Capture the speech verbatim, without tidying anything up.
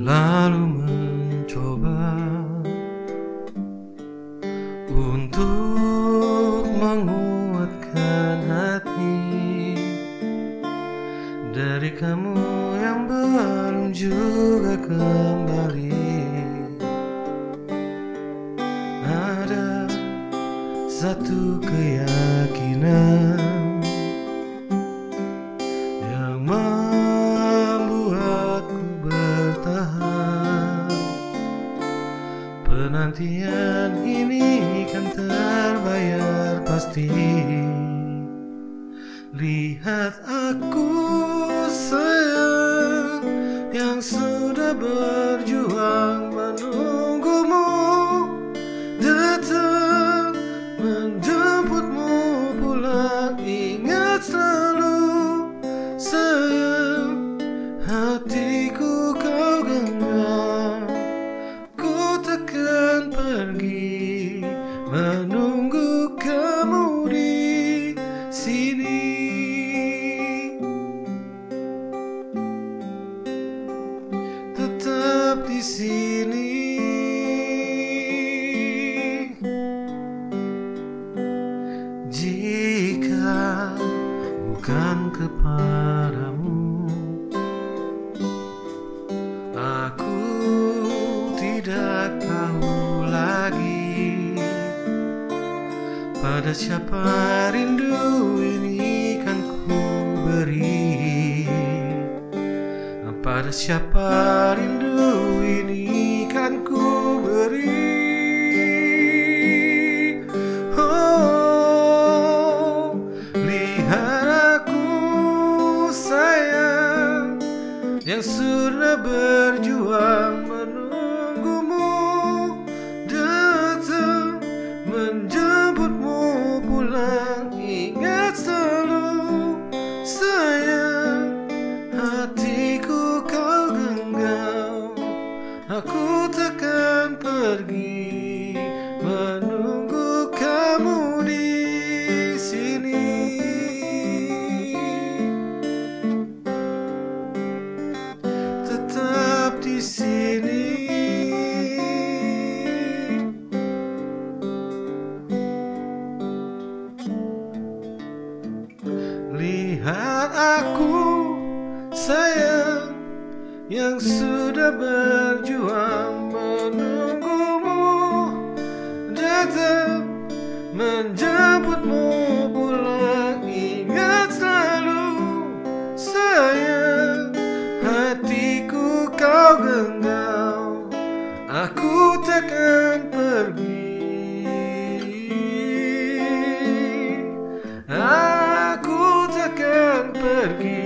selalu mencoba untuk menguatkan hati dari kamu yang belum juga kembali. Ada satu keyakinan yang membuatku bertahan. Penantian ini kan terbayar pasti. Lihat aku sayang, yang sudah berjuang menunggumu datang menjemputmu pulang. Ingat selalu sayang, hatiku kau genggam. Ku takkan pergi menunggu kamu di sini. Tetap di sini. Jika bukan kepadamu, aku tidak tahu lagi pada siapa rindu ini kan ku beri. Pada siapa rindu ini kan ku beri. Oh, lihat aku sayang, yang sudah berjuang menunggumu datang menjemputmu pulang. Ingat selalu sayang, hatiku kau genggam. Aku takkan pergi menunggu kamu di sini. Tetap di sini. Lihat aku sayang, yang sudah berjuang menunggumu datang menjemputmu pulang. Ingat selalu sayang, hatiku kau genggam. Aku takkan pergi, aku takkan pergi.